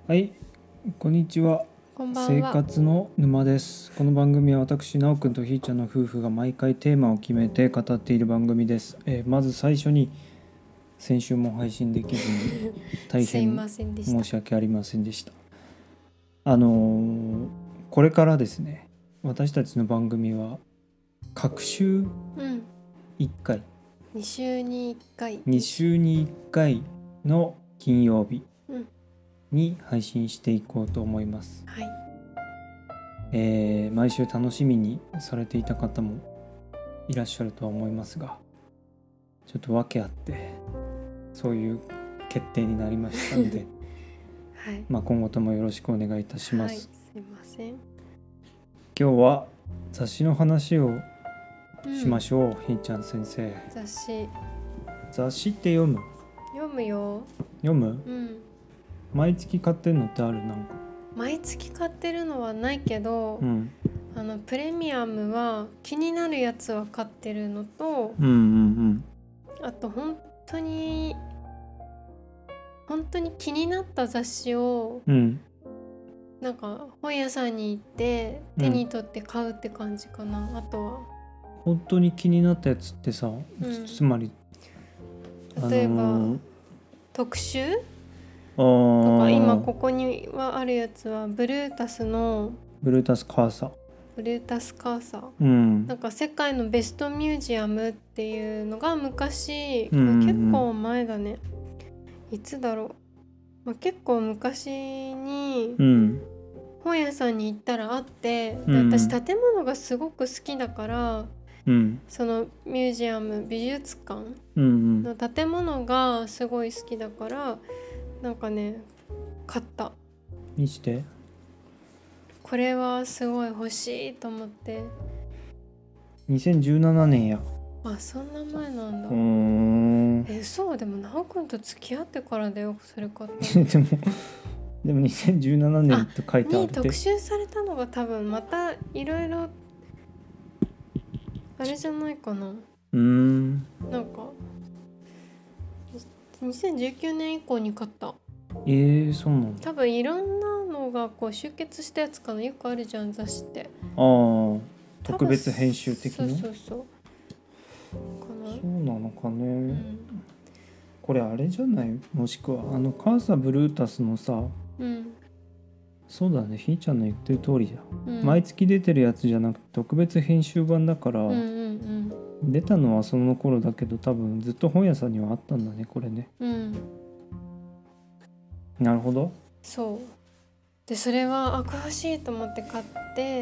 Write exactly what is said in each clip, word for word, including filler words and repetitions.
はい、こんにちは。 こんばん生は。 活の沼です。この番組は私、なおくんとひーちゃんの夫婦が毎回テーマを決めて語っている番組です。えーまず最初に、先週も配信できずに大変すいませんでした。 申し訳ありませんでした。あのーこれからですね、私たちの番組は各週うん。 いっかい、 に週にいっかい。 に週にいっかいの金曜日うん。 に配信していこうと思います。 はい。 えー毎週楽しみにされていた方もいらっしゃるとは思いますが、ちょっと訳あってそういう決定になりましたのではい。 まあ今後ともよろしくお願いいたしまはい。 す。 すいません。 今日は雑誌の話をうんしましょう、ひーちゃん先生。 雑誌雑誌って読む読むよ。 読むうん。 毎月買ってんのってある？なんか毎月買ってるのはないけど、 うん、 あのプレミアムは気になるやつは買ってるのと、 うんうんあと本当に本当に気になった雑誌をうんうんなんか本屋さんに行って手に取って買うって感じかな。あとは本当に気になったやつってさ、 うんつつまり例えば、 あのー、 特集あとか今ーここにはあるやつはブルータスのブルータスカーサ、 ブルータスカーサうんなんか世界のベストミュージアムっていうのが昔、 うんうんうん結構前だね。いつだろう、まあ、結構昔にうん本屋さんに行ったらあって、でうん私建物がすごく好きだからうんそのミュージアム美術館うんの建物がすごい好きだからなんかね買った。 にしてこれはすごい欲しいと思って。 にせんじゅうななねんや。 あ、そんな前なんだ。 うーんえ、そう、でもなおくんと付き合ってからだよ、それ買ったの。 でもでもにせんじゅうななねんと書いてあるにって特集されたのが多分またいろいろあれじゃないかな。 うーんなんかにせんじゅうきゅうねん以降に買った。 えー、そうなんだ。 多分いろんなのがこう集結したやつかな。よくあるじゃん、雑誌って。 ああ、 多分特別編集的な。 そうそうそうかな。 そうなのかね、 うんこれあれじゃない？もしくはあのカーサブルータスのさ、 うんそうだね、ひーちゃんの言ってる通りだ、 うん、 毎月出てるやつじゃなくて特別編集版だから、 うんうん出たのはその頃だけど多分ずっと本屋さんにはあったんだね、これね。 うんうんなるほど。 そうで、それはあ詳しいと思って買って、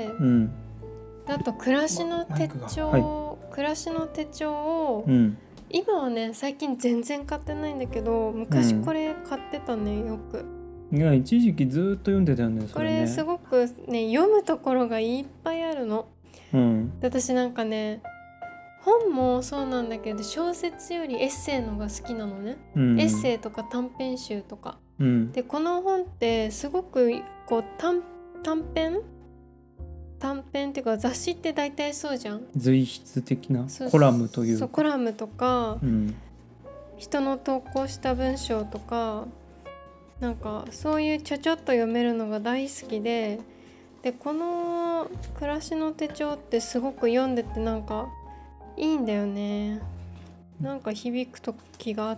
うんであと暮らしの手マイクが帳、 は暮らしの手帳を、 うん今はね最近全然買ってないんだけど昔これ買ってたね、よく。 いや一時期ずーっと読んでたよね、そこれね。 れすごくね読むところがいっぱいあるの。 うんで私なんかね本もそうなんだけど小説よりエッセイのが好きなのね、 うんエッセイとか短編集とかうんで、この本ってすごくこう 短, 短編短編っていうか雑誌って大体そうじゃん。 随筆的なそうコラムというそうコラムとか、 うん人の投稿した文章とかなんかそういうちょちょっと読めるのが大好きで、でこの暮らしの手帳ってすごく読んでてなんかいいんだよね。なんか響く時があって、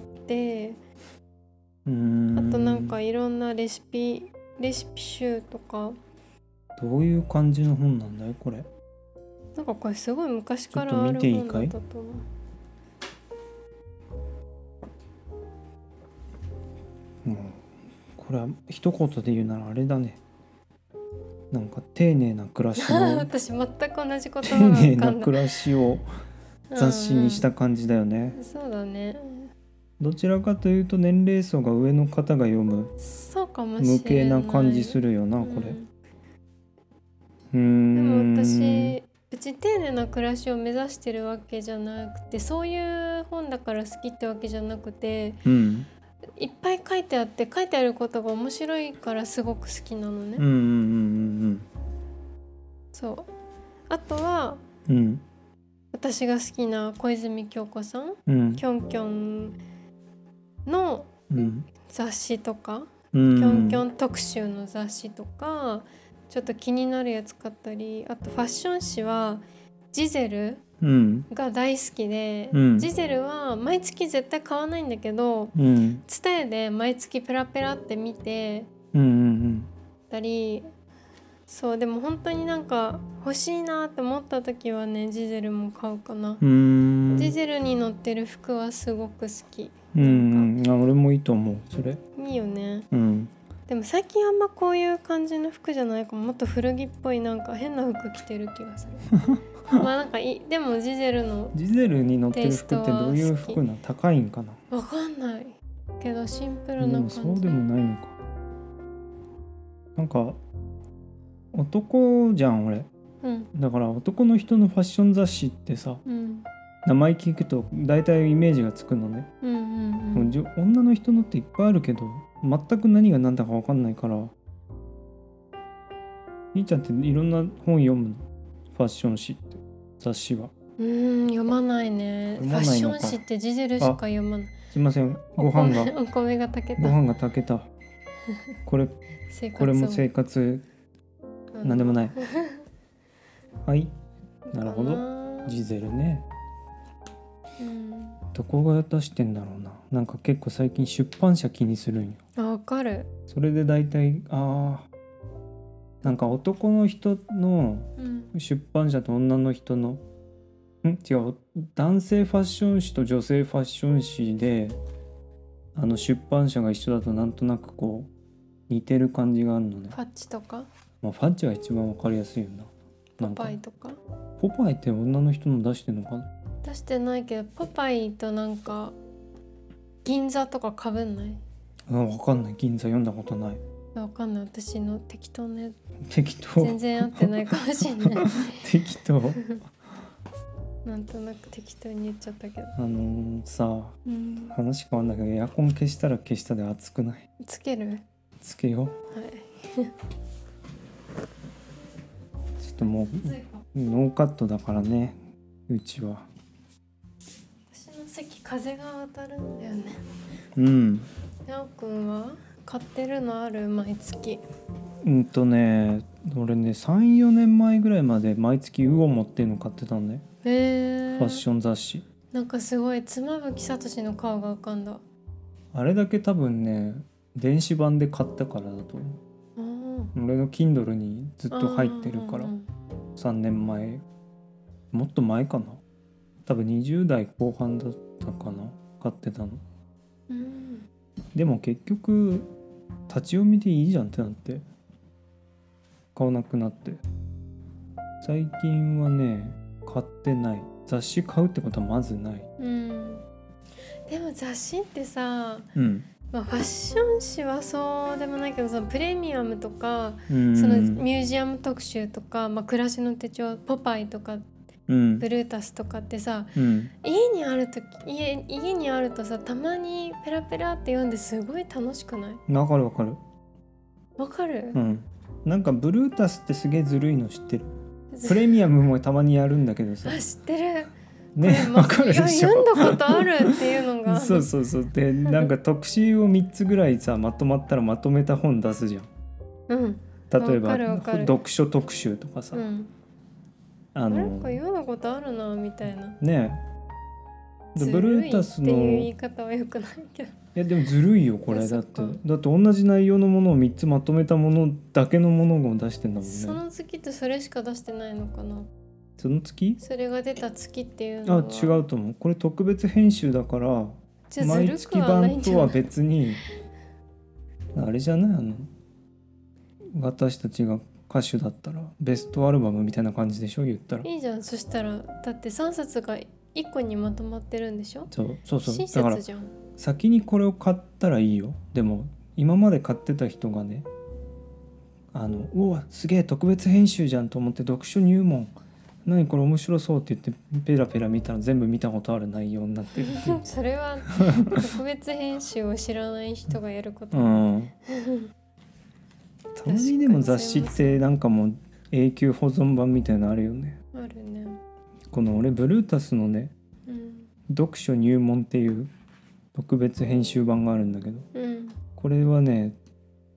うーんあとなんかいろんなレシピレシピ集とか、 どういう感じの本なんだよこれ。 なんかこれすごい昔かちょっとらある見ていいかい？ 本だったと思う。 うん、これは一言で言うならあれだね、なんか丁寧な暮らしの私全く同じ言丁葉が寧浮かだ。 なん暮らしを雑誌にした感じだよね、 うんうん、そうだね。 どちらかというと年齢層が上の方が読むそうかもしれない。 無形な感じするよな、 うん、 これ。うーんでも私別に丁寧な暮らしを目指してるわけじゃなくて、そういう本だから好きってわけじゃなくて、 うんいっぱい書いてあって書いてあることが面白いからすごく好きなのね、 うんうんうんそうあとはうんうん私が好きな小泉京子さん、 うんキョンキョンのうん雑誌とかうん、 キョンキョン特集の雑誌とかちょっと気になるやつ買ったり、あとファッション誌はジゼルうんが大好きで、 うん、 ジゼルは毎月絶対買わないんだけど、 うん、 ツタヤで毎月ペラペラって見てうんうんたり、そうでも本当になんか欲しいなって思った時はねジゼルも買うかな。 うん、 ジゼルに載ってる服はすごく好き。 うん、あ、俺もいいと思うそれ。 いいよね。 うん、 でも最近あんまこういう感じの服じゃないかも。もっと古着っぽいなんか変な服着てる気がするまあなんかいでもジゼルのジゼルに乗ってる服ってどういう服なの？高いんかな？ わかんないけどシンプルでな感じ。 もそうでもないのか。なんか男じゃん俺。 うん、 だから男の人のファッション雑誌ってさ、 うん名前聞くと大体イメージがつくのね。 うんうんうん、 でも女の人のっていっぱいあるけど全く何が何だか分かんないから。兄ちゃんっていろんな本読むの？ファッション誌って雑誌は。 うーん読まないね。 読まないのか。 ファッション誌ってジゼルしか読まない。 すいません、ご飯がお米が炊けた。 ご飯が炊けた。これ生活これも生活なんでもない。はい、なるほど。ジゼルね。 うん、 どこが出してんだろうな。なんか結構最近出版社気にするんよ。 あ、わかる。 それで大体ああなんか男の人の出版社と女の人の、うん、ん違う、男性ファッション誌と女性ファッション誌であの出版社が一緒だとなんとなくこう似てる感じがあるのね。 ファッチとか、 まあ、ファッチが一番わかりやすいよな。 ポなんかパイとかポパイって女の人の出してんのかな？ 出してないけど、ポパイとなんか銀座とか被んない？ あ、わかんない。銀座読んだことない。 わかんない。私の適当ね。 適当。 全然合ってないかもしれない適当なんとなく適当に言っちゃったけど。 あのー、さ、 うん、 話変わんだけどエアコン消したら消したで暑くない？ つける？ つけよう。 はいちょっともうノーカットだからね、うちは。 私の席風が当たるんだよね。 うん。 なおくんは買ってるのある？毎月。 うんとね、俺ねさん、よねんまえぐらいまで毎月ウオン持ってるの買ってたのね。 へー。 ファッション雑誌。 なんかすごい妻夫木聡の顔が浮かんだ。 あれだけ多分ね電子版で買ったからだと思う。俺の Kindle にずっと入ってるから。さんねんまえ、もっと前かな、多分にじゅう代後半だったかな、買ってたの。 うん、 でも結局立ち読みでいいじゃんってなって買わなくなって、最近はね買ってない。雑誌買うってことはまずない。 うん、でも雑誌ってさ、 うんまあ、ファッション誌はそうでもないけど、そのプレミアムとか、 うん、 そのミュージアム特集とか、まあ、暮らしの手帳、ポパイとか、 うん、 ブルータスとかってさ、 うん、 家にあると家家にあるとさ、たまにペラペラって読んですごい楽しくない？ わかるわかる。 わかる？ うん。なんかブルータスってすげえずるいの知ってる？プレミアムもたまにやるんだけどさ。 あ、知ってる。 ね、わかるでしょ。 読んだことあるっていうのがそうそうそう。でなんか特集をみっつぐらいさまとまったらまとめた本出すじゃん。 うん。 例えばわかるわかる読書特集とかさ、 うん、 あのなんか読んだことあるなみたいな。 ねえ。でブルータスのずるいっていう言い方はよくないけど。 いやでもずるいよこれ。だってだって同じ内容のものをみっつまとめたものだけのものを出してんだもんね。 その月ってそれしか出してないのかな？ その月？ それが出た月っていうのは。 あ、違うと思う。これ特別編集だからじゃあずる毎月くはない版とはんじゃない？ 別にあれじゃない、あの私たちが歌手だったらベストアルバムみたいな感じでしょ、言ったら。 いいじゃん。そしたらだってさんさつがいっこにまとまってるんでしょ。 そうそうそう。 親だから切じゃん。 先にこれを買ったらいいよ。でも今まで買ってた人がね、あのうわすげえ特別編集じゃんと思って読書入門、何これ面白そうって言ってペラペラ見たら全部見たことある内容になってるっていうそれは特別編集を知らない人がやること。 うんたまにでも雑誌ってなんかもう永久保存版みたいなのあるよね。 あるね。 この俺ブルータスのね、 うん、 読書入門っていう特別編集版があるんだけど、 うん、 これはね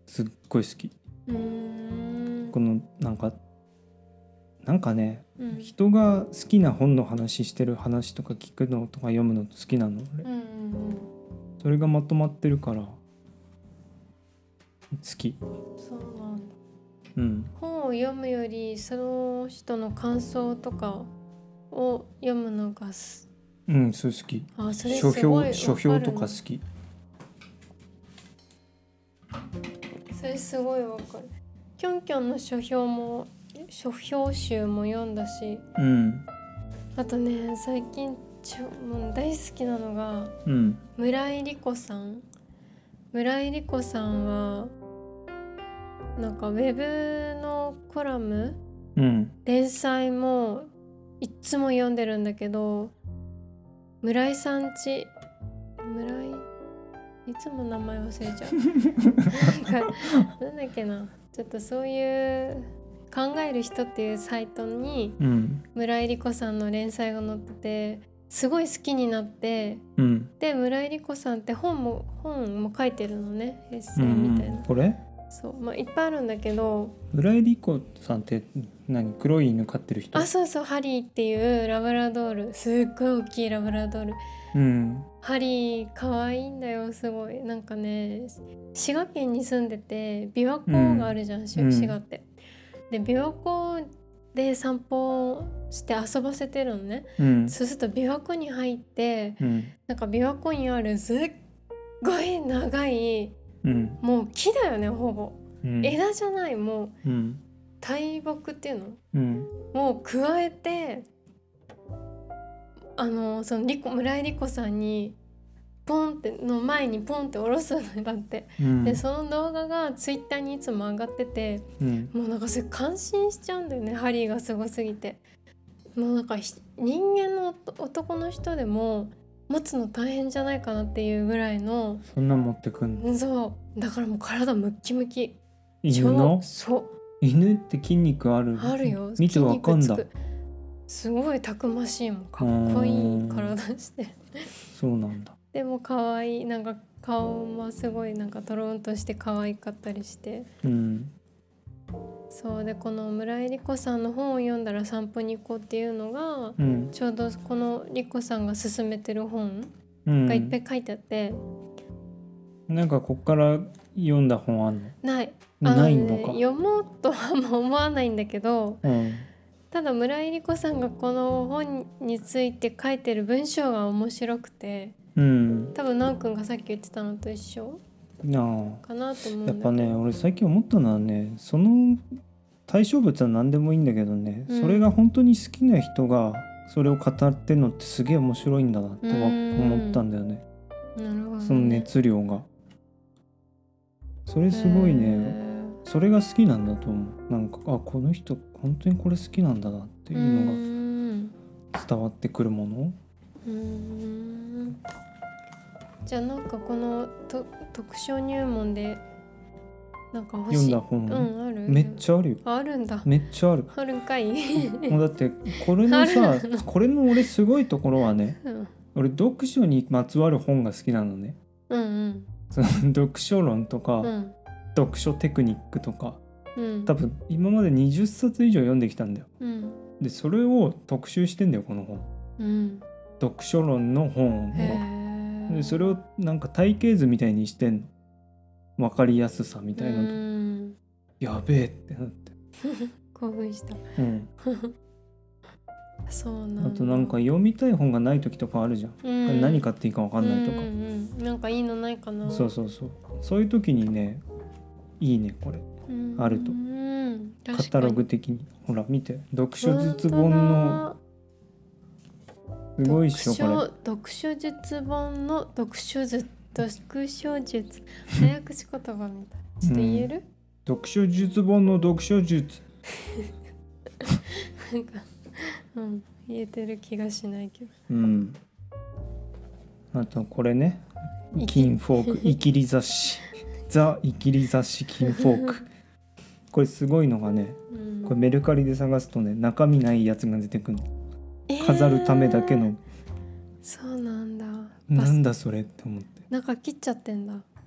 すっごい好き。 うーんこのなんかなんかね、 うん人が好きな本の話してる話とか聞くのとか読むの好きなの俺、 うんうんそれがまとまってるから好き。 そうなんだ。 うん本を読むよりその人の感想とかを読むのがすうんそう好き。 あそれ書すごい評書評とか好き。 それすごいわかる。キョンキョンの書評も書評集も読んだし、 うんあとね最近ちょもう大好きなのがうん村井理子さん。村井理子さんはなんかウェブのコラムうん連載もいっつも読んでるんだけど、村井さんち村井いつも名前忘れちゃうなんかなんだっけな、ちょっとそういう考える人っていうサイトにうん村井理子さんの連載が載っててすごい好きになって、 うんで村井理子さんって本も本も書いてるのね、エッセイうんみたいな、 これそうまあいっぱいあるんだけど、 村井理子さんって何、黒い犬飼ってる人？ あそうそうハリーっていうラブラドール、すっごい大きいラブラドール、 うんハリー可愛いんだよ、すごい。なんかね滋賀県に住んでて琵琶湖があるじゃん、 うん滋賀ってで琵琶湖で散歩して遊ばせてるのね、 うんそうすると琵琶湖に入ってうんなんか琵琶湖にあるすっごい長いうんもう木だよね、ほぼ、 うん枝じゃない、もううん大木っていうのうんもう加えて、あのそのリコ村井理子さんにポンっての前にポンって下ろすのだって、 うんでその動画がツイッターにいつも上がってて、 うんもうなんかそれ感心しちゃうんだよね、ハリーがすごすぎて。もうなんかひ人間の男の人でも持つの大変じゃないかなっていうぐらいの、 そんなん持ってくんの？ そうだからもう体ムッキムキ。 犬の？ そう犬って筋肉ある？ あるよ、 見てわかんだ。 筋肉つく、すごいたくましいもん、かっこいい体してそうなんだ。 でも可愛い、なんか顔もすごいなんかトロンとして可愛かったりして、 うんそうでこの村井理子さんの本を読んだら散歩に行こうっていうのが、 うんちょうどこの理子さんが勧めてる本うんがいっぱい書いてあって、 なんかこっから読んだ本あんの？ ないないのか。 あのね読もうとはも思わないんだけど、 うんただ村井理子さんがこの本について書いてる文章が面白くて、 うん多分奈くんがさっき言ってたのと一緒なあかなと思うんだけど、 やっぱね俺最近思ったのはね、その対象物は何でもいいんだけどね、 うんそれが本当に好きな人がそれを語ってるのってすげえ面白いんだなとはうん思ったんだよね。 なるほどね、 その熱量がそれすごいね、 へそれが好きなんだと思う。なんかあこの人本当にこれ好きなんだなってーいうのうーんが伝わってくるもの。 うーんじゃあなんかこのと特賞入門でなんか欲しい読んだ本、 うんあるめっちゃあるよ。 ああるんだめっちゃある。 あるんかいもうだってこれのあさるのこれの俺すごいところはね、 うん俺読書にまつわる本が好きなのね。 うんうんその読書論とか、 うん読書テクニックとかうん多分今までにじゅっさつ以上読んできたんだよ。 うんでそれを特集してんだよこの本。 うん読書論の本へーをでそれをなんか体系図みたいにしてんの。分かりやすさみたいなうのと、 んやべえってなって、 興奮したうん、 そうなんだあとなんか読みたい本がない時とかあるじゃん、 うん何買っていいか分かんないとか、 うんうんなんかいいのないかなそうそうそうそういう時にねいいねこれうんあるとうんカタログ的にほら見て読書術本のすごいっしょこれ。 読書術本の読書術読書術早口言葉みたいちょっと言える、 読書術本の読書術なんかうん言えてる気がしないけどうんあとこれねいき金フォークイキリ雑誌ザイキリ雑誌金フォークこれすごいのがねうんこれメルカリで探すとね中身ないやつが出てくるの。 えー飾るためだけの、 そうなんだなんだそれって思って。 中切っちゃってんだ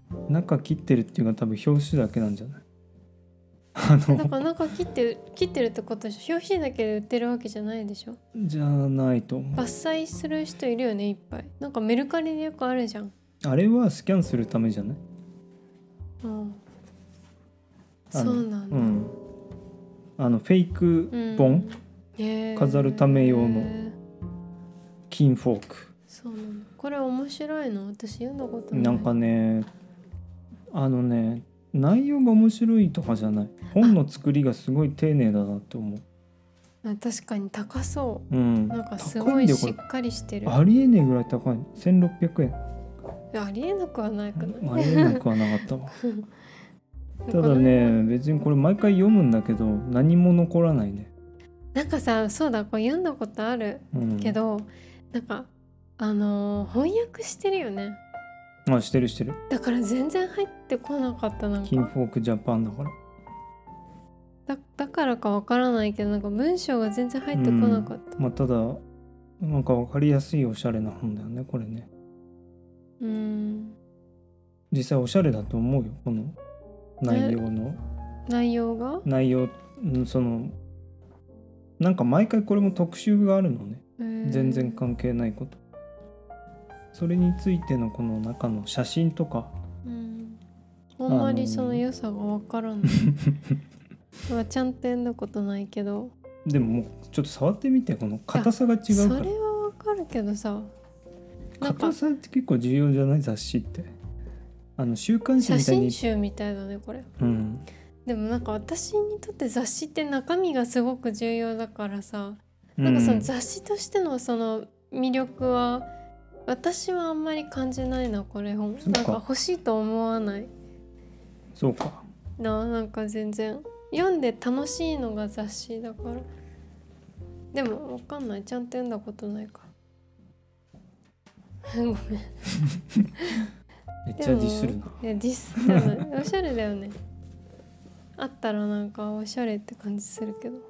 中切ってるっていうのは多分表紙だけなんじゃない？あだのからなんか切ってる切ってるってことでしょ。表紙だけで売ってるわけじゃないでしょ。 じゃないと思う。 伐採する人いるよね、いっぱい。なんかメルカリでよくあるじゃん。 あれはスキャンするためじゃない？ うん、 あのそうなんだ、 うん、あのフェイク本、 うん、へー飾るため用の金フォーク。 そうなの。これ面白いの？私読んだことない。 なんかね、あのね、内容が面白いとかじゃない。本の作りがすごい丁寧だなって思う。 あ、確かに高そうん。 う。なんかす高ごいんだよこれ。 しっかりしてる。 ありえねえぐらい高い。せんろっぴゃくえん。 ありえなくはないくない？ ありえなくはなかったわ。ただね、別にこれ毎回読むんだけど何も残らないね。 なんかさ、そうだ、これ読んだことあるうん、 けど、なんかあのー翻訳してるよね。 あ、してるしてる。 だから全然入ってこなかった。なん金かフォークジャパンだから。 だだからかわからないけど、なんか文章が全然入ってこなかった。 うん、まあただなんか分かりやすいおしゃれな本だよねこれね。 うん。 実際おしゃれだと思うよ、この内容の内容が内容、うん、そのなんか毎回これも特集があるのね。全然関係ないこと。それについてのこの中の写真とか、 うん、あんまりその良さがわからない。まあちゃんと読んだことないけど。 でももうちょっと触ってみて、この硬さが違うから。 それはわかるけどさ、なんか硬さって結構重要じゃない？雑誌ってあの週刊誌写みたいに。 真集みたいだねこれ。 うん、 でもなんか私にとって雑誌って中身がすごく重要だからさ、 うん、 なんかその雑誌としてのその魅力は私はあんまり感じないな、これ本。 そうかなんか欲しいと思わないそうか。 な。なんか全然読んで楽しいのが雑誌だから。でもわかんない、ちゃんと読んだことないからごめん。 めっちゃディスるな。 いやディスじゃない。おしゃれだよね。あったらなんかおしゃれって感じするけど。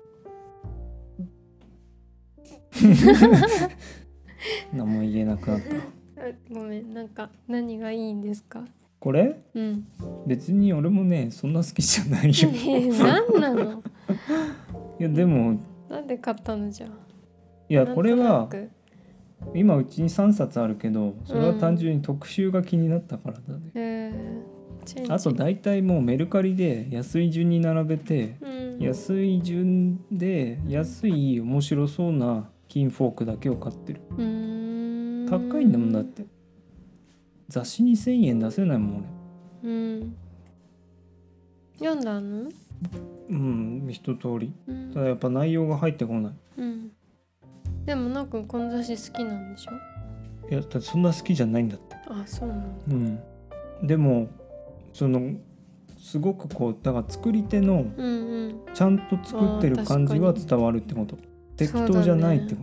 何も言えなくなった。 ごめん、なんか何がいいんですか？ これうん別に俺もねそんな好きじゃないよ。 ねえ、何なの？ いやでもなんで買ったのじゃあ。 いやこれはなんとなく今うちにさんさつあるけど、それは単純に特集が気になったからだね。 えー、チェンジあと大体もうメルカリで安い順に並べて、 うん、 安い順で安い面白そうな金フォークだけを買ってる。 うーん高いんだもんだって。雑誌にせんえん出せないもんうん。読んだの？ 俺。うん一通り。 うんただやっぱ内容が入ってこない。 うん。でもなんかこの雑誌好きなんでしょ？ いやだってそんな好きじゃないんだって。 あ、そうなの。 うんでもそのすごくこうだから作り手のうんうん。 ちゃんと作ってる感じは伝わるってこと。適当じゃないってこと。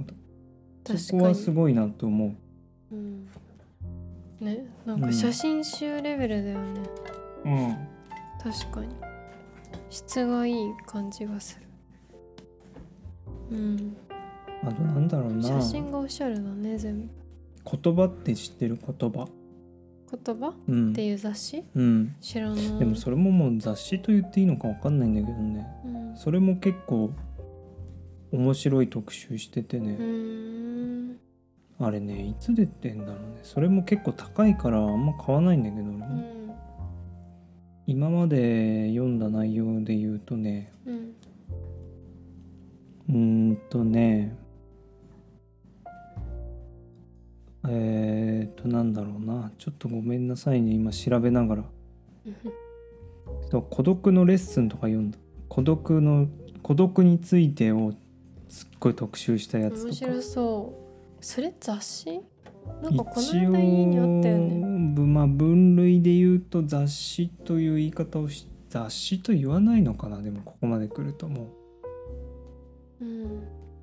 そ, こはすごいなと思う。 うんね、なんか写真集レベルだよね、 うん、 確かに質がいい感じがする。うん。 あとなんだろうな、 写真がおしゃれだね全部。 言葉って知ってる？言葉、 言葉、 うん、 っていう雑誌？ うん、 知らない。 でもそれももう雑誌と言っていいのか分かんないんだけどね、 うん、 それも結構面白い特集しててね、 うーん、 あれねいつ出てんだろうね。それも結構高いからあんま買わないんだけど俺も、 うん、 今まで読んだ内容で言うとね、 うん、 うーんとねえーとなんだろうな、ちょっとごめんなさいね今調べながら。そう孤独のレッスンとか読んだ。孤独の孤独についてをすっごい特集したやつとか。 面白そう。それ雑誌？なんかこの一応間家にあったよね。 ぶまあ分類で言うと雑誌という言い方をし雑誌と言わないのかな。でもここまで来るともう、うん、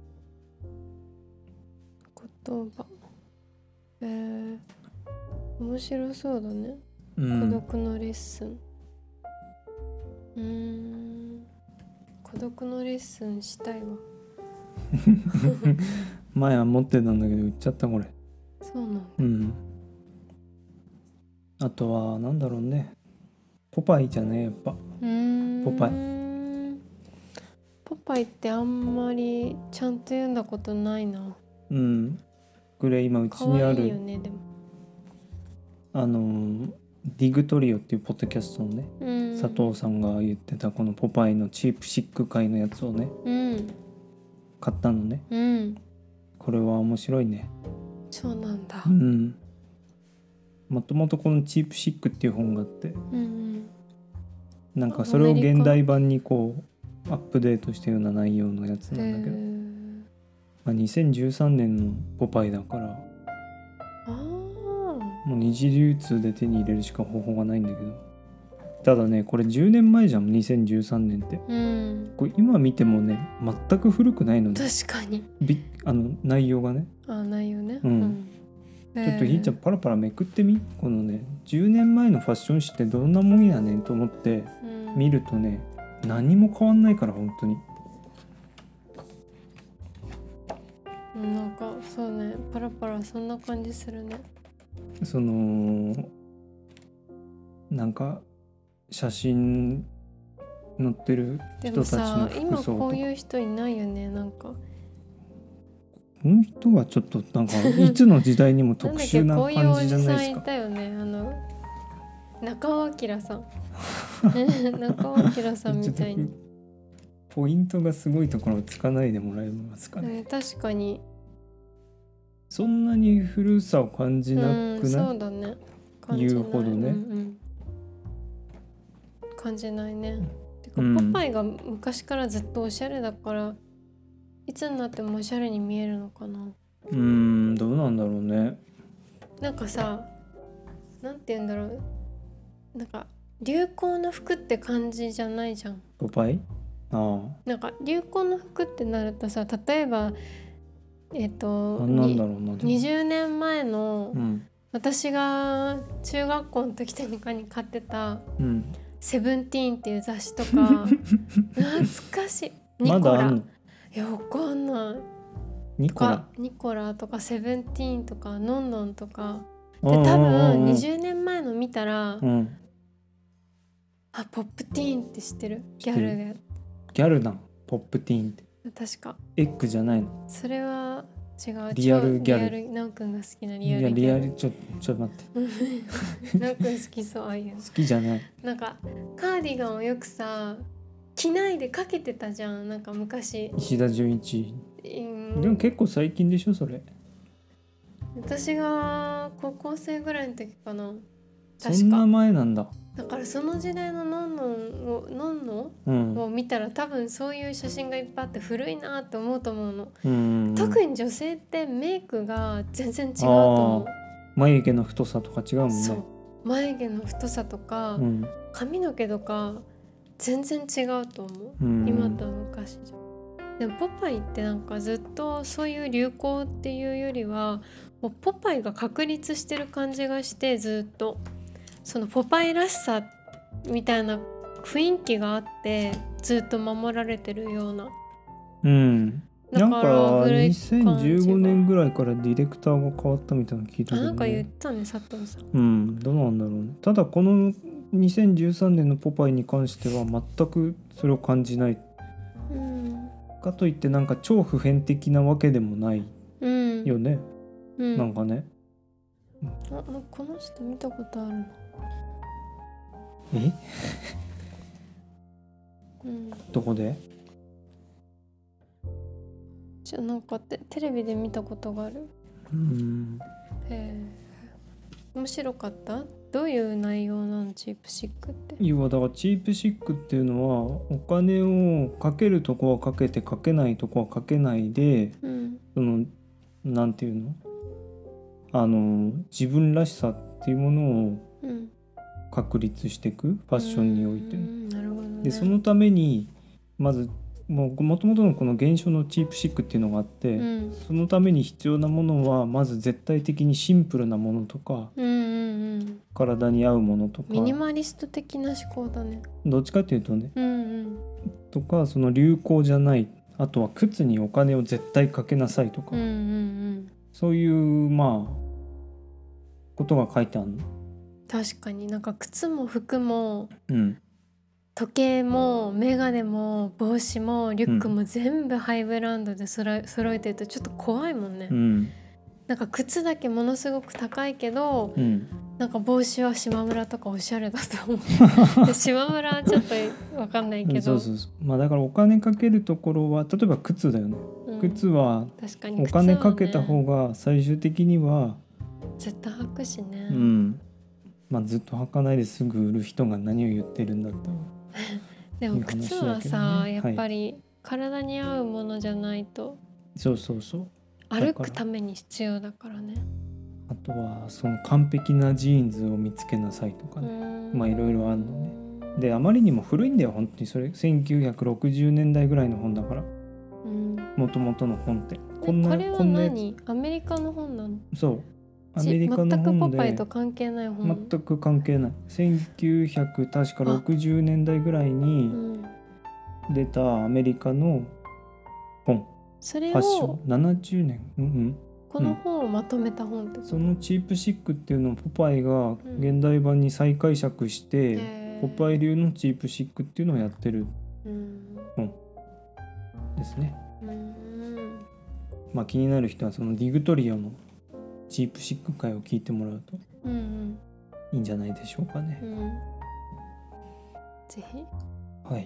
言葉、えー、面白そうだね、 う、うん、 孤独のレッスン。うーん、孤独のレッスンしたいわ。 前は持ってたんだけど売っちゃったこれ。 そうなんだ。 うん。 あとはなんだろうね、ポパイじゃねやっぱ。 うーんポパイポパイってあんまりちゃんと読んだことないな。 うん、これ今うち可にある愛いよねでも。 あのーディグトリオっていうポッドキャストのね、 うん佐藤さんが言ってたこのポパイのチープシック会のやつをねうん買ったのね。 うんこれは面白いね。 そうなんだ。 うん。もともとこのチープシックっていう本があって、 うんなんかそれを現代版にこうアップデートしたような内容のやつうんなんだけど、 へーまあ、にせんじゅうさんねんのポパイだからあーもう二次流通で手に入れるしか方法がないんだけど、ただねこれじゅうねんまえじゃん、にせんじゅうさんねんって。 うんこれ今見てもね全く古くないので、 確かに。 びあの内容がね、 あ内容ね。 うんちょちょっとひーちゃんパラパラめくってみ、このねじゅうねんまえのファッション誌ってどんなもんやねんと思って見るとね何も変わんないから本当に。 うんなんかそうねパラパラそんな感じするね。 そのなんか写真載ってるでも人たちのさ今服装か、 ことういう人いないよねなんか。 この人はちょっとなんかいつの時代にもなん特だっけ殊なこういうお感じじゃじさんないですか。 いたよねあの中尾明さん中尾明さんみたいに、 ポイントがすごいところをつかないでもらえますかね。 うん、確かにそんなに古さを感じなうんくない？ そうだね感じない言うほどねうんうん、感じないね。てか、 うんポパイが昔からずっとおしゃれだからいつになってもおしゃれに見えるのかな。 うーんどうなんだろうね。 なんかさなんて言うんだろうなんか流行の服って感じじゃないじゃん。 ポパイ？あなんか流行の服ってなるとさ例えばえっ、 あとなんだろうな。でもにじゅうねんまえのうん私が中学校の時とかに買ってたうんセブンティーンっていう雑誌とか懐かしい。ニコラ、 まだあんの？ いやわかんないとニコラかニコラとかセブンティーンとかノンノンとかでで多分にじゅうねんまえの見たら、 うんあポップティーンって知ってるギャ知ってるルでギャルなんポップティーンって確かエッグじゃないの？ それは違うリアルギャル超リアルナオくんが好きないリやアルギャルリアルちょちょっと待ってナオくん好きそうああいうの好きじゃない。 なんかカーディガンをよくさ着ないでかけてたじゃんなんか昔、 石田純一うんでも結構最近でしょそれ。 私が高校生ぐらいの時かなそんな確か前なんだ。 だからその時代のノンノンをノンノうんンを見たら多分そういう写真がいっぱいあって古いなって思うと思うの、 うん特に女性ってメイクが全然違うと思眉毛の太さとか違うもう、 んね。 そう眉毛の太さとか、 うん髪の毛とか全然違うと思う、 うん今と昔じゃ。でもポパイってなんかずっとそういう流行っていうよりはもうポパイが確立してる感じがしてずっとそのポパイらしさみたいな雰囲気があってずっと守られてるような。 うんなんだからか古いにせんじゅうごねんぐらいからディレクターが変わったみたいなの聞いたけどあなんか言っね。 たね佐藤さん。 うんどうなんだろうね。ただこのにせんじゅうさんねんのポパイに関しては全くそれを感じない。 うんかといってなんか超普遍的なわけでもないうんよね、 うん、 なんかね。 あなんかこの人見たことあるな。 えうんどこで？ じゃあなんかテテレビで見たことがある。 うんへえ面白かった。どういう内容なのチープシックって。 要はだからチープシックっていうのはお金をかけるとこはかけてかけないとこはかけないで、 うんそのなんていうのあの自分らしさっていうものをうん確立していくファッションにおいてう。んなるほどね。 でそのためにまずもともとのこの現象のチープシックっていうのがあって、 うんそのために必要なものはまず絶対的にシンプルなものとかうんうんうん体に合うものとかミニマリスト的な思考だね。 どっちかっていうとねうんうんとかその流行じゃない、あとは靴にお金を絶対かけなさいとか、 うんうんうんそういうまあことが書いてあるの。 確かになんか靴も服もうん時計もメガネも帽子もリュックも全部ハイブランドでそろ揃えてるとちょっと怖いもんね、 うんなんか靴だけものすごく高いけど、 うんなんか帽子は島村とかおしゃれだと思うで島村はちょっと分かんないけど、 そうそうそうまあだからお金かけるところは例えば靴だよね、 うん靴は確かにお靴はね金かけた方が最終的には、 絶対履くしね、 うんまあずっと履かないですぐ売る人が何を言ってるんだったらでも靴はさ、 いう話だけどねやっぱり体に合うものじゃないとそうそうそう歩くために必要だからね。 あとはその完璧なジーンズを見つけなさいとかね、まあいろいろあるのね。であまりにも古いんだよ本当にそれせんきゅうひゃくろくじゅうねんだいぐらいの本だからもともとの本ってこんなこれはこんなやつ何アメリカの本なの？ そうアメリカの全くポ本でパイと関係ない本。 全く関係ないせんきゅうひゃく確かろくじゅうねんだいぐらいにうん、 出たアメリカの本それファッショをンななじゅうねん、うんうん、 この本をまとめた本ってこと？ そのチープシックっていうのをポパイが現代版に再解釈して、 へーポパイ流のチープシックっていうのをやってるうんですね。 うんまあ気になる人はそのディグトリオのチープシック回を聞いてもらうとうんいいんじゃないでしょうかね。 うんうんぜひ。 はい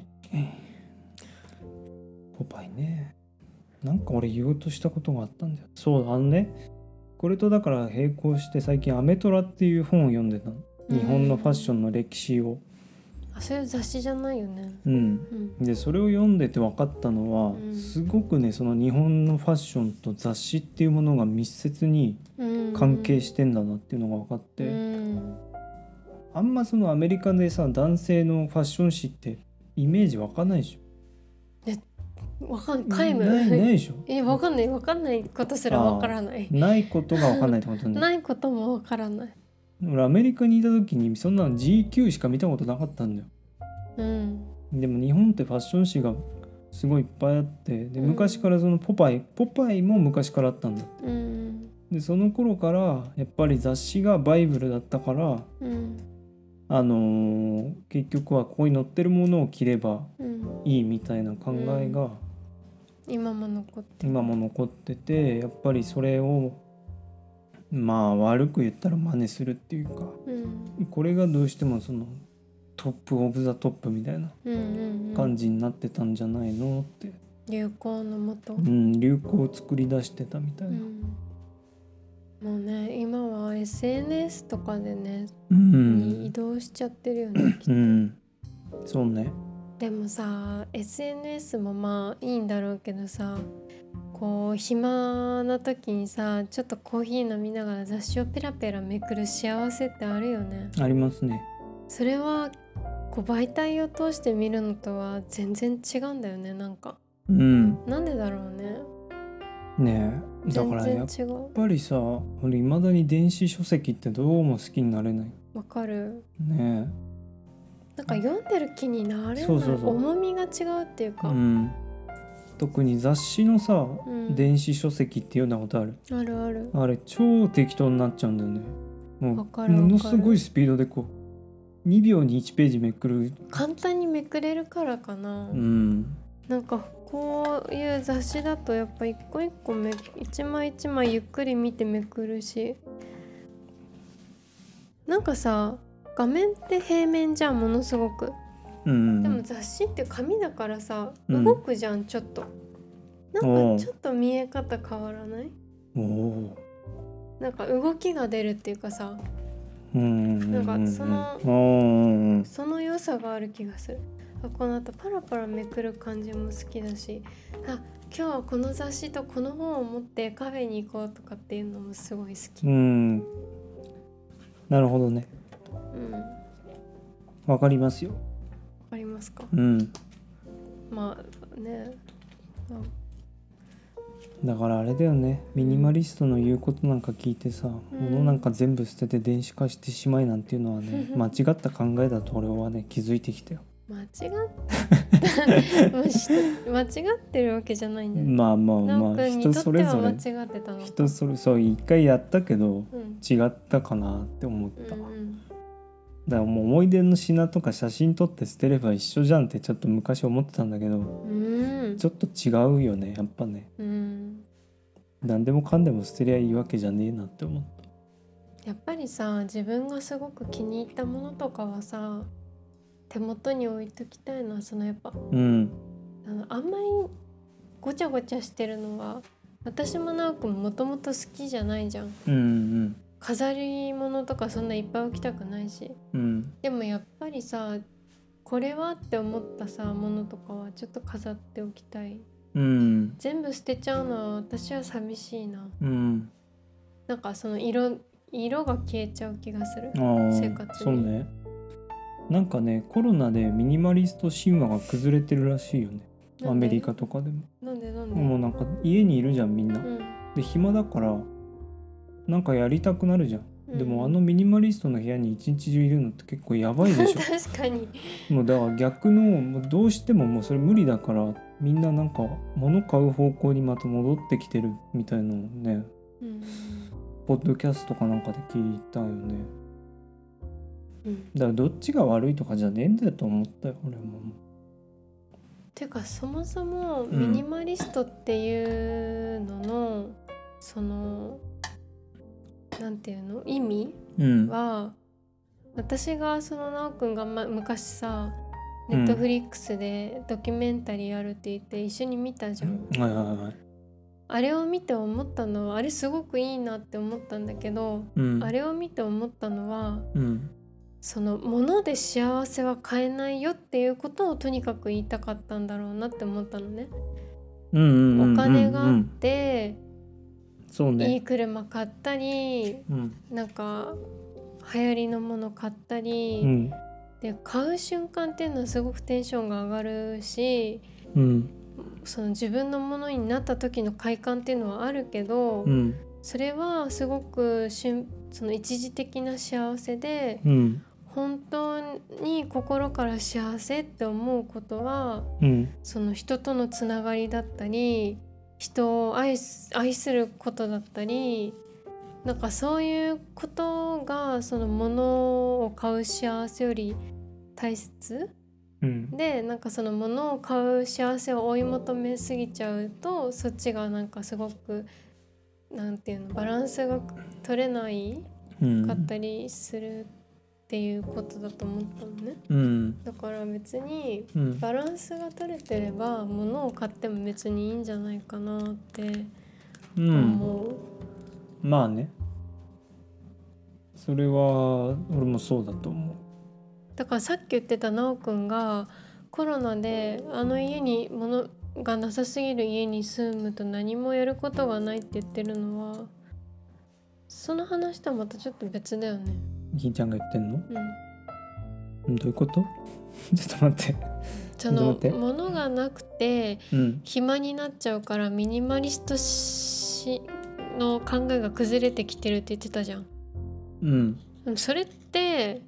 ポパイね、なんか俺言おうとしたことがあったんだよ。そうあのねこれとだから並行して最近アメトラっていう本を読んでたの。日本のファッションの歴史を、 あ、そういう雑誌じゃないよね。 うん、 うんでそれを読んでて分かったのは、 うんすごくねその日本のファッションと雑誌っていうものが密接にうん関係してんだなっていうのが分かって、 うんあんまそのアメリカでさ男性のファッション誌ってイメージ湧かないでしょ。 わかんない。皆無。 ないないでしょ。 え、わかんないわかんないことすらわからない。 ないことが分かんないってことね。 ないこともわからない。 俺アメリカにいた時にそんなの ジーキュー しか見たことなかったんだよ。 うんでも日本ってファッション誌がすごいいっぱいあってでうん昔からそのポパイポパイも昔からあったんだって。 うんでその頃からやっぱり雑誌がバイブルだったからうんあのー結局はここに載ってるものを着ればうんいいみたいな考えが今も残ってる。 今も残っててやっぱりそれをまあ悪く言ったら真似するっていうかうんこれがどうしてもそのトップオブザトップみたいなうんうんうん感じになってたんじゃないのって、 流行のもと。 うん、流行を作り出してたみたいな、 うんもうね今は エスエヌエス とかでね、 うんに移動しちゃってるよねきっと。 うん、そうねでもさ エスエヌエス もまあいいんだろうけどさ、こう暇な時にさちょっとコーヒー飲みながら雑誌をペラペラめくる幸せってあるよね。 ありますね。 それはこう媒体を通して見るのとは全然違うんだよね。なんかうんなんでだろうね。 ねえだ全からやっ然違う。 ぱりさ俺いまだに電子書籍ってどうも好きになれないわかる。 ねなんか読んでる気になれない。 そうそうそう重みが違うっていうえ、 か、 うん、特に雑誌のさ、 うん電子書籍っていうようなことあるあるある。 あれ超適当になっちゃうんだよね。もうわかるわかるものすごいスピードでこうにびょうにいちページめくる。 簡単にめくれるからかな。 うんなんかこういう雑誌だとやっぱ一個一個め一枚一枚ゆっくり見てめくるし、なんかさ画面って平面じゃんものすごく。 うんでも雑誌って紙だからさうん動くじゃん、ちょっと。なんかちょっと見え方変わらない？ おおなんか動きが出るっていうかさ、 ーうんなんかそのうんその良さがある気がする。あこの後パラパラめくる感じも好きだし、あ今日はこの雑誌とこの本を持ってカフェに行こうとかっていうのもすごい好き。 うんなるほどね。 うん、わわかりますよ。 かりますか？ うんまあね、あだからあれだよねミニマリストの言うことなんか聞いてさ、 うん物なんか全部捨てて電子化してしまいなんていうのはね間違った考えだと俺はね気づいてきたよ。 間違ったもうし間違ってるわけじゃないんだよ。 まあまあなおまあくんにとって人それぞはれ間違ってたのか。 人それそう一回やったけどうん違ったかなって思った、 うんうん、 だからもう思い出の品とか写真撮って捨てれば一緒じゃんってちょっと昔思ってたんだけど、 うんちょっと違うよねやっぱね。 うん何でもかんでも捨てりゃいいわけじゃねえなって思った。 やっぱりさ、自分がすごく気に入ったものとかはさ、手元に置いときたいのは、そのやっぱうんあのあんまりごちゃごちゃしてるのは、私もなおくんもともと好きじゃないじゃん。 うんうん飾り物とかそんないっぱい置きたくないし。 うんでもやっぱりさ、これはって思ったさものとかはちょっと飾っておきたい。 うん全部捨てちゃうのは私は寂しいな。 うんなんかその色色が消えちゃう気がする。 あー生活にそうね。なんかねコロナでミニマリスト神話が崩れてるらしいよね。アメリカとかでも。 なんでなんでもうなんか家にいるじゃんみんな。 うんで暇だからなんかやりたくなるじゃん。 うんでもあのミニマリストの部屋に一日中いるのって結構やばいでしょ。 確かに。 もうだから逆のもうどうしてももうそれ無理だからみんななんか物買う方向にまた戻ってきてるみたいなのをねうんポッドキャストかなんかで聞いたよね。 うんだからどっちが悪いとかじゃねえんだよと思ったよ俺も。 てかそもそもうんミニマリストっていうのの、そのなんていうの意味うんは、私がそのなおくんが、ま、昔さうんネットフリックスでドキュメンタリーあるって言って一緒に見たじゃん。 はいはいはい。 あれを見て思ったのは、あれすごくいいなって思ったんだけど、 うんあれを見て思ったのは、 うんその物で幸せは買えないよっていうことをとにかく言いたかったんだろうなって思ったのね。 うんうんうんうんお金があっていいそうね。 車買ったり、 うんなんか流行りのもの買ったり、 うんで買う瞬間っていうのはすごくテンションが上がるし、 うんその自分のものになった時の快感っていうのはあるけど、 うんそれはすごく瞬その一時的な幸せで、 うん本当に心から幸せって思うことは、 うんその人とのつながりだったり、人を愛す、愛することだったり、なんかそういうことがその物を買う幸せより大切うんで、なんかその物を買う幸せを追い求めすぎちゃうと、そっちがなんかすごくなんていうのバランスが取れないうんかったりするっていうことだと思ったのね。 うんだから別にうんバランスが取れてれば物を買っても別にいいんじゃないかなってうん思う。 まあねそれは俺もそうだと思う。 だからさっき言ってたなおくんがコロナであの家に物がなさすぎる家に住むと何もやることがないって言ってるのは、その話とはまたちょっと別だよね。 ひーちゃんが言ってんの？ うん、 どういうこと？ちょっと待って。 そのちょっと待って物がなくてうん暇になっちゃうからミニマリストしの考えが崩れてきてるって言ってたじゃん。 うんでもそれって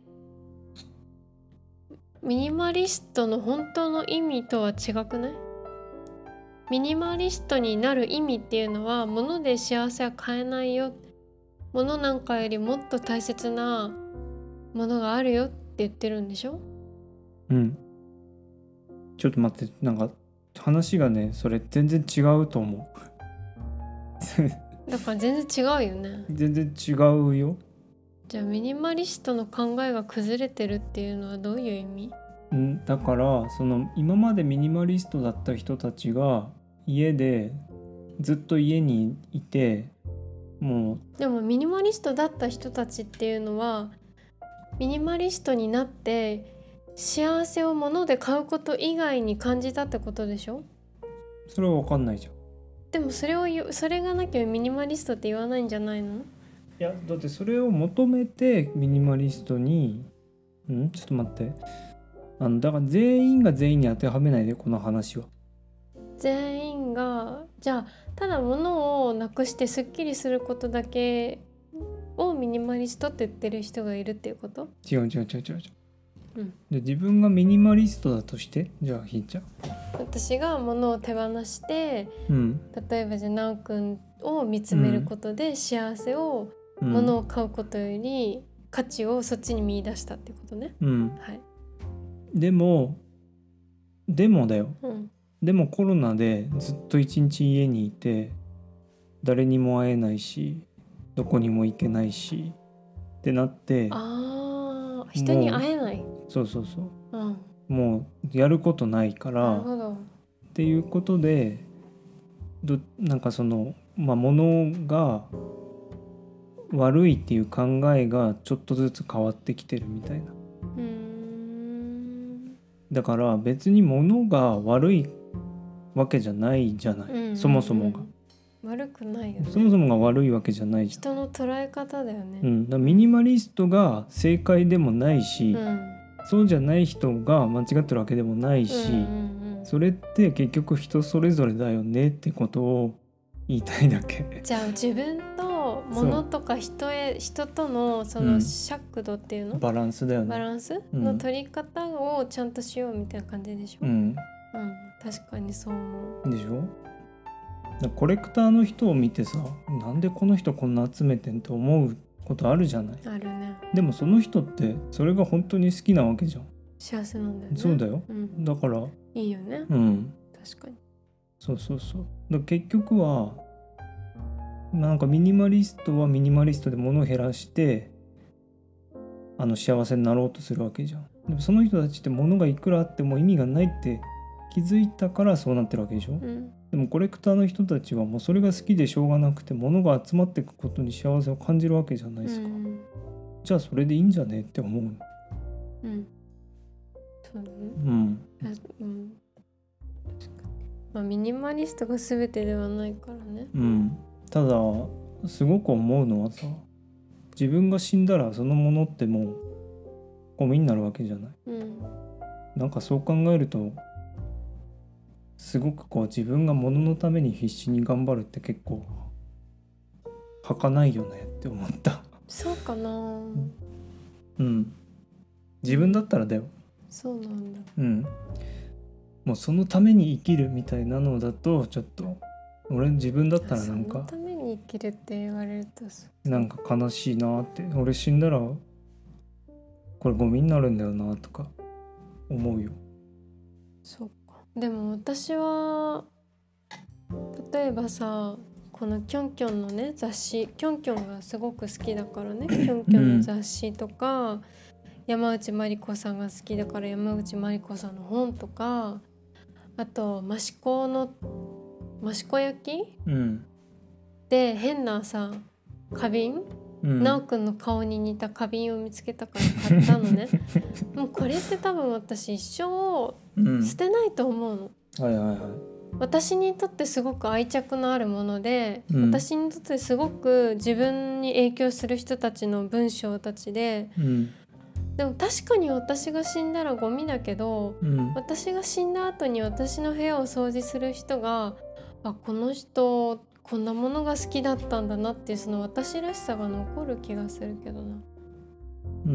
ミニマリストの本当の意味とは違くない？ミニマリストになる意味っていうのは、物で幸せは買えないよ、物なんかよりもっと大切なものがあるよって言ってるんでしょ？ うんちょっと待って、なんか話がねそれ全然違うと思うだから全然違うよね。 全然違うよ。 じゃあミニマリストの考えが崩れてるっていうのはどういう意味？ んだからその今までミニマリストだった人たちが家でずっと家にいて、もでもミニマリストだった人たちっていうのはミニマリストになって幸せを物で買うこと以外に感じたってことでしょ？ うそれは分かんないじゃん。 でもそれを言うそれがなきゃミニマリストって言わないんじゃないの？ いやだってそれを求めてミニマリストにんちょっと待ってあのだから全員が全員に当てはめないでこの話は。 全員がじゃあただ物をなくしてすっきりすることだけをミニマリストって言ってる人がいるっていうこと？ 違う違う違う違う違う、 うん、 で自分がミニマリストだとしてじゃあひーちゃん、 私が物を手放してうん例えばじゃあなおくんを見つめることで幸せをうん、 物を買うことより価値をそっちに見出したってことね。 うんはい。 でもでもだようんでもコロナでずっと一日家にいて誰にも会えないしどこにも行けないしってなって、 ああ、人に会えない。 そうそうそううん。 もうやることないかなるらほど。 っていうことでどなんかそのまあ物が悪いっていう考えがちょっとずつ変わってきてるみたいな。 うーん。 だから別に物が悪いわけじゃないじゃない、 うんうんうん、 そもそもが悪くないよね。 そもそもが悪いわけじゃないじゃん。 人の捉え方だよね。 うん、だからミニマリストが正解でもないし、 うんそうじゃない人が間違ってるわけでもないし、 うんうんうん、 それって結局人それぞれだよねってことを言いたいだけ。 じゃあ自分と物とか人へ人とのその尺度っていうの、 バランスだよね。 バランスの取り方をちゃんとしようみたいな感じでしょ。 うん、 うん、確かにそう思う。 でしょ。だからコレクターの人を見てさ、なんでこの人こんな集めてんって思うことあるじゃない。 あるね。 でもその人ってそれが本当に好きなわけじゃん。 幸せなんだよね。 そうだよ、 うん、 だからいいよね。 うん、 確かに。 そうそうそう。だから結局はなんかミニマリストはミニマリストで物を減らしてあの幸せになろうとするわけじゃん。でもその人たちって物がいくらあっても意味がないって気づいたからそうなってるわけでしょ、うん、でもコレクターの人たちはもうそれが好きでしょうがなくて物が集まっていくことに幸せを感じるわけじゃないですか、うん、じゃあそれでいいんじゃねって思うの。 うん、そうね。 うん、 うん、まあ、ミニマリストが全てではないからね。 うん、ただすごく思うのはさ、自分が死んだらそのものってもうゴミになるわけじゃない、うん、なんかそう考えるとすごくこう自分が物のために必死に頑張るって結構儚いよねって思った。 そうかな。 うん、自分だったらだよ。 そうなんだ。 うん、もうそのために生きるみたいなのだとちょっと俺自分だったらなんかそのために生きるって言われるとなんか悲しいなって、俺死んだらこれゴミになるんだよなとか思うよ。 そうか。でも私は例えばさ、このキョンキョンのね雑誌、キョンキョンがすごく好きだからね、キョンキョンの雑誌とか、うん、山内まりこさんが好きだから山内まりこさんの本とか、あと益子の益子焼、うん、で変なさ花瓶、うん、なおくんの顔に似た花瓶を見つけたから買ったのねもうこれって多分私一生捨てないと思うの、 うん、はいはいはい。 私にとってすごく愛着のあるもので、うん、私にとってすごく自分に影響する人たちの文章たちで、うん、でも確かに私が死んだらゴミだけど、うん、私が死んだ後に私の部屋を掃除する人が、あ、この人こんなものが好きだったんだなっていうその私らしさが残る気がするけどな。うん。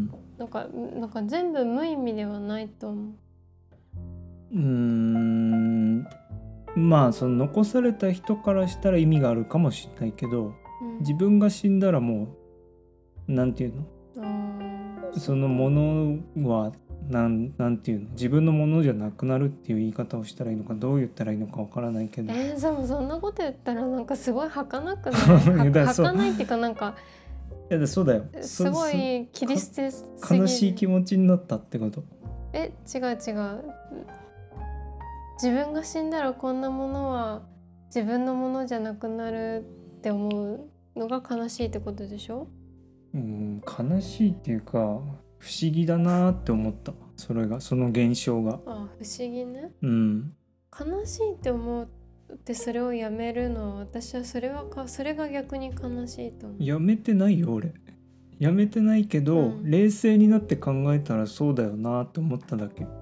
なんか、なんか全部無意味ではないと思う。 うーん。まあその残された人からしたら意味があるかもしれないけど、うん、自分が死んだらもうなんていうの、そのものはなんなんていうの、自分のものじゃなくなるっていう言い方をしたらいいのかどう言ったらいいのかわからないけど、 えー、でもそんなこと言ったらなんかすごい儚くない儚いっていうかなんかいやそうだよ、 すごい切り捨てすぎる、 悲しい気持ちになったってこと。 え違う違う、自分が死んだらこんなものは自分のものじゃなくなるって思うのが悲しいってことでしょ。 うん、悲しいっていうか不思議だなって思った、それが、その現象が。 あ、不思議ね。 うん。 悲しいって思ってそれをやめるのは、私はそれはかそれが逆に悲しいと思う。 やめてないよ俺。やめてないけど、うん、冷静になって考えたらそうだよなって思っただけ。うん、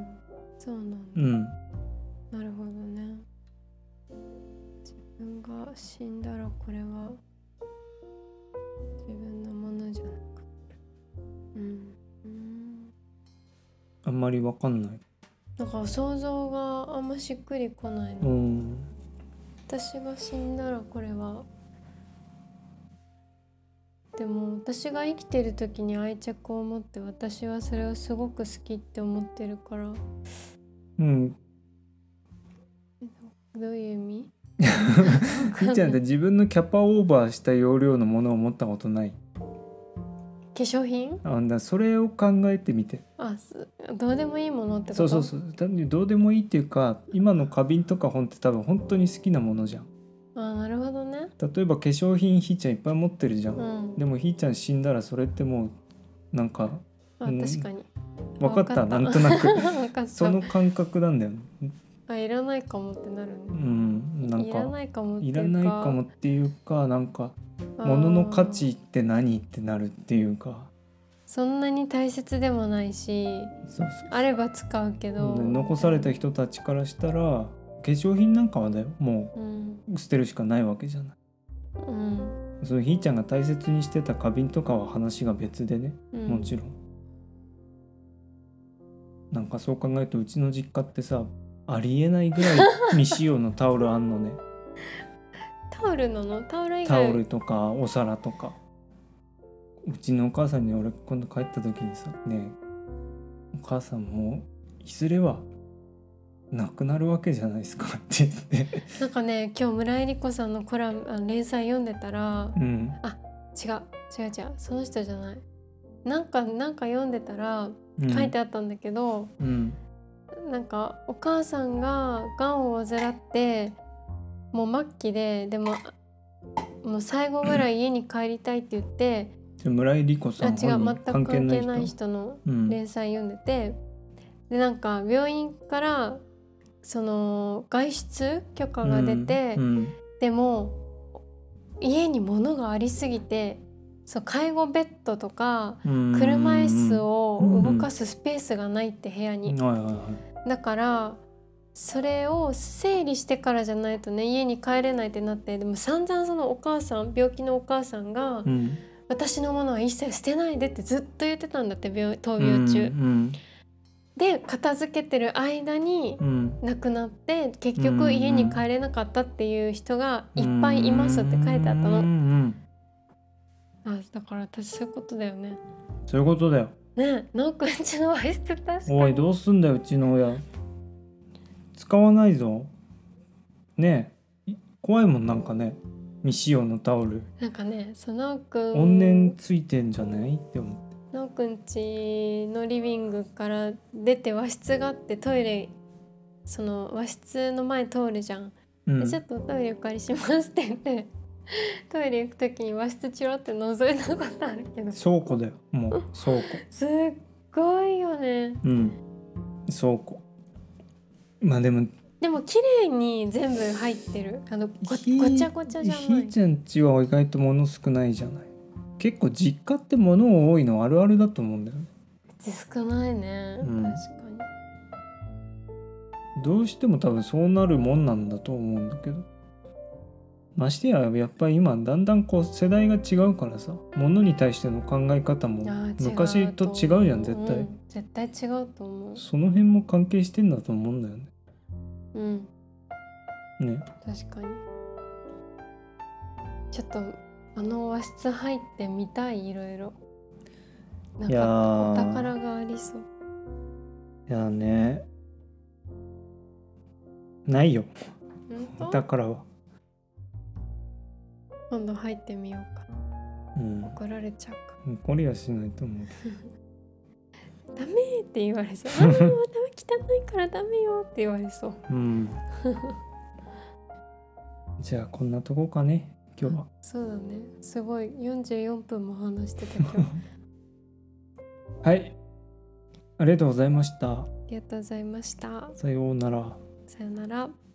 そうなんだ。 うん。 なるほどね。自分が死んだらこれは自分のものじゃなく、うん、うん、 あんまりわかんない。 なんか想像があんましっくりこないの、うん、私が死んだらこれはでも私が生きてる時に愛着を持って、私はそれをすごく好きって思ってるから。 うんどういう意味？ ひーちゃんって自分のキャパオーバーした容量のものを持ったことない？ 化粧品？ あだそれを考えてみて。 あ、どうでもいいものってこと？ そうそうそう、単にどうでもいいっていうか、今の花瓶とか本って多分本当に好きなものじゃん。 あ、なるほどね。 例えば化粧品ひーちゃんいっぱい持ってるじゃん、 うん、 でもひーちゃん死んだらそれってもうなんか、 あ、 うん、 確かに分かった、 分かったなんとなく分かった。 その感覚なんだよね。 あ、いらないかもってなるね。 うん、なんかいらないかもっていうか、 いらないかもっていうか、なんか物の価値って何ってなるっていうか、 そんなに大切でもないし、 そうそうあれば使うけど、 残された人たちからしたら化粧品なんかはだよ、もうんう捨てるしかないわけじゃない、 うん、 そのひーちゃんが大切にしてた花瓶とかは話が別でね、 うん、 もちろん。なんかそう考えるとうちの実家ってさ、ありえないぐらい未使用のタオルあんのね。 タオルなの？タオル以タ外？ オルとかお皿とか。うちのお母さんに俺今度帰った時にさ、ねえお母さんもいずれはなくなるわけじゃないですかって言ってなんかね、今日村井理子さんのコラム、あの連載読んでたら、 うん、 あ、違う違う違う、その人じゃない、なんかなんか読んでたらうん、 書いてあったんだけど、 うん、 なんかお母さんががんを患ってもう末期で、でももう最後ぐらい家に帰りたいって言ってじゃ村井理子さんあ違う全本人く関係ない人のうん連載読んでて、でなんか病院からその外出許可が出て、 うんうんでも家に物がありすぎて、そう介護ベッドとかうん車椅子を動かすスペースがないって部屋に、 はいはいはいだからそれを整理してからじゃないとね家に帰れないってなって、でも散々そのお母さん、病気のお母さんが、 うん、 私のものは一切捨てないでってずっと言ってたんだって、病闘病中、 うんで片付けてる間にうん亡くなって、結局家に帰れなかったっていう人がいっぱいいますって書いてあったの、 うんうん、 あ、だから私そういうことだよね。 そういうことだよ。 ねえ、なおくんちの和室確かに。 おいどうすんだようちの親、使わないぞねえ、怖いもん、なんかね未使用のタオルなんかね、そのなおくん怨念ついてんじゃないって思って、 なおくんちのリビングから出て和室があって、トイレ、その和室の前通るじゃん、 うんでちょっとトイレお借りしますって言ってトイレ行く時に和室チロって覗いたことあるけど、 倉庫だよ、もう倉庫すっごいよね。 うん倉庫、まあでもでも綺麗に全部入ってる、あの ご, ひごちゃごちゃじゃひない。 ーちゃんちは意外と物少ないじゃない。結構実家って物多いのあるあるだと思うんだよね。 少ないね、 うん確かに。 どうしても多分そうなるもんなんだと思うんだけど、ましてややっぱり今だんだんこう世代が違うからさ、物に対しての考え方もあー昔と違うじゃん絶対、 うん、絶対違うと思う。 その辺も関係してんだと思うんだよね。 うん、 ね、 確かに。ちょっとあの和室入ってみたい、いろいろ。なんいやかーお宝がありそう。 いやね、ないよ本当？ だからは、 今度入ってみようか。 うん、 怒られちゃうか。 怒りはしないと思う。 ダメって言われそう。ああ、ダメ、汚いからダメよって言われそう。 うんじゃあこんなとこかね今日は。 そうだね。すごいよんじゅうよんぷんも話してた今日。 はいありがとうございました。 ありがとうございました。 さようなら。 さよなら。